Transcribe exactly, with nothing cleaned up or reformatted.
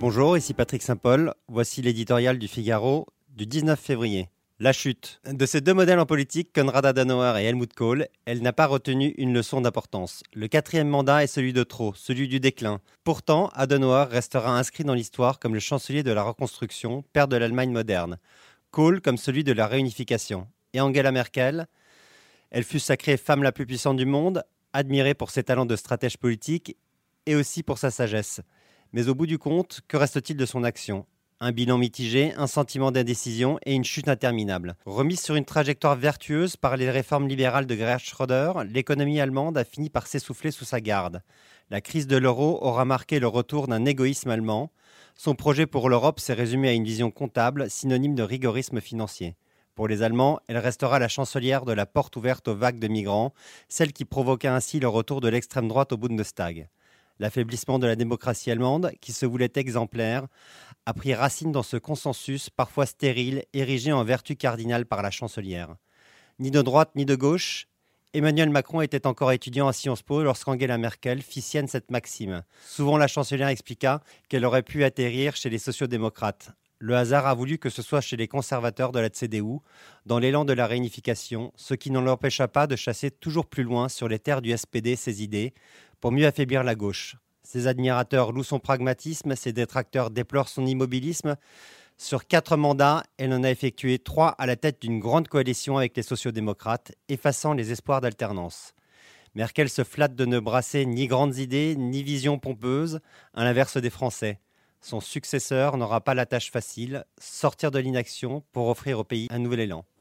Bonjour, ici Patrick Saint-Paul. Voici l'éditorial du Figaro du dix-neuf février. La chute. De ces deux modèles en politique, Konrad Adenauer et Helmut Kohl, elle n'a pas retenu une leçon d'importance. Le quatrième mandat est celui de trop, celui du déclin. Pourtant, Adenauer restera inscrit dans l'histoire comme le chancelier de la reconstruction, père de l'Allemagne moderne. Kohl comme celui de la réunification. Et Angela Merkel, elle fut sacrée femme la plus puissante du monde, admirée pour ses talents de stratège politique et aussi pour sa sagesse. Mais au bout du compte, que reste-t-il de son action ? Un bilan mitigé, un sentiment d'indécision et une chute interminable. Remise sur une trajectoire vertueuse par les réformes libérales de Gerhard Schröder, l'économie allemande a fini par s'essouffler sous sa garde. La crise de l'euro aura marqué le retour d'un égoïsme allemand. Son projet pour l'Europe s'est résumé à une vision comptable, synonyme de rigorisme financier. Pour les Allemands, elle restera la chancelière de la porte ouverte aux vagues de migrants, celle qui provoqua ainsi le retour de l'extrême droite au Bundestag. L'affaiblissement de la démocratie allemande, qui se voulait exemplaire, a pris racine dans ce consensus parfois stérile, érigé en vertu cardinale par la chancelière. Ni de droite ni de gauche, Emmanuel Macron était encore étudiant à Sciences Po lorsqu'Angela Merkel fit sienne cette maxime. Souvent, la chancelière expliqua qu'elle aurait pu atterrir chez les sociodémocrates. Le hasard a voulu que ce soit chez les conservateurs de la C D U, dans l'élan de la réunification, ce qui ne l'empêcha pas de chasser toujours plus loin sur les terres du S P D ses idées, pour mieux affaiblir la gauche. Ses admirateurs louent son pragmatisme, ses détracteurs déplorent son immobilisme. Sur quatre mandats, elle en a effectué trois à la tête d'une grande coalition avec les sociodémocrates, effaçant les espoirs d'alternance. Merkel se flatte de ne brasser ni grandes idées, ni visions pompeuses, à l'inverse des Français. Son successeur n'aura pas la tâche facile, sortir de l'inaction pour offrir au pays un nouvel élan.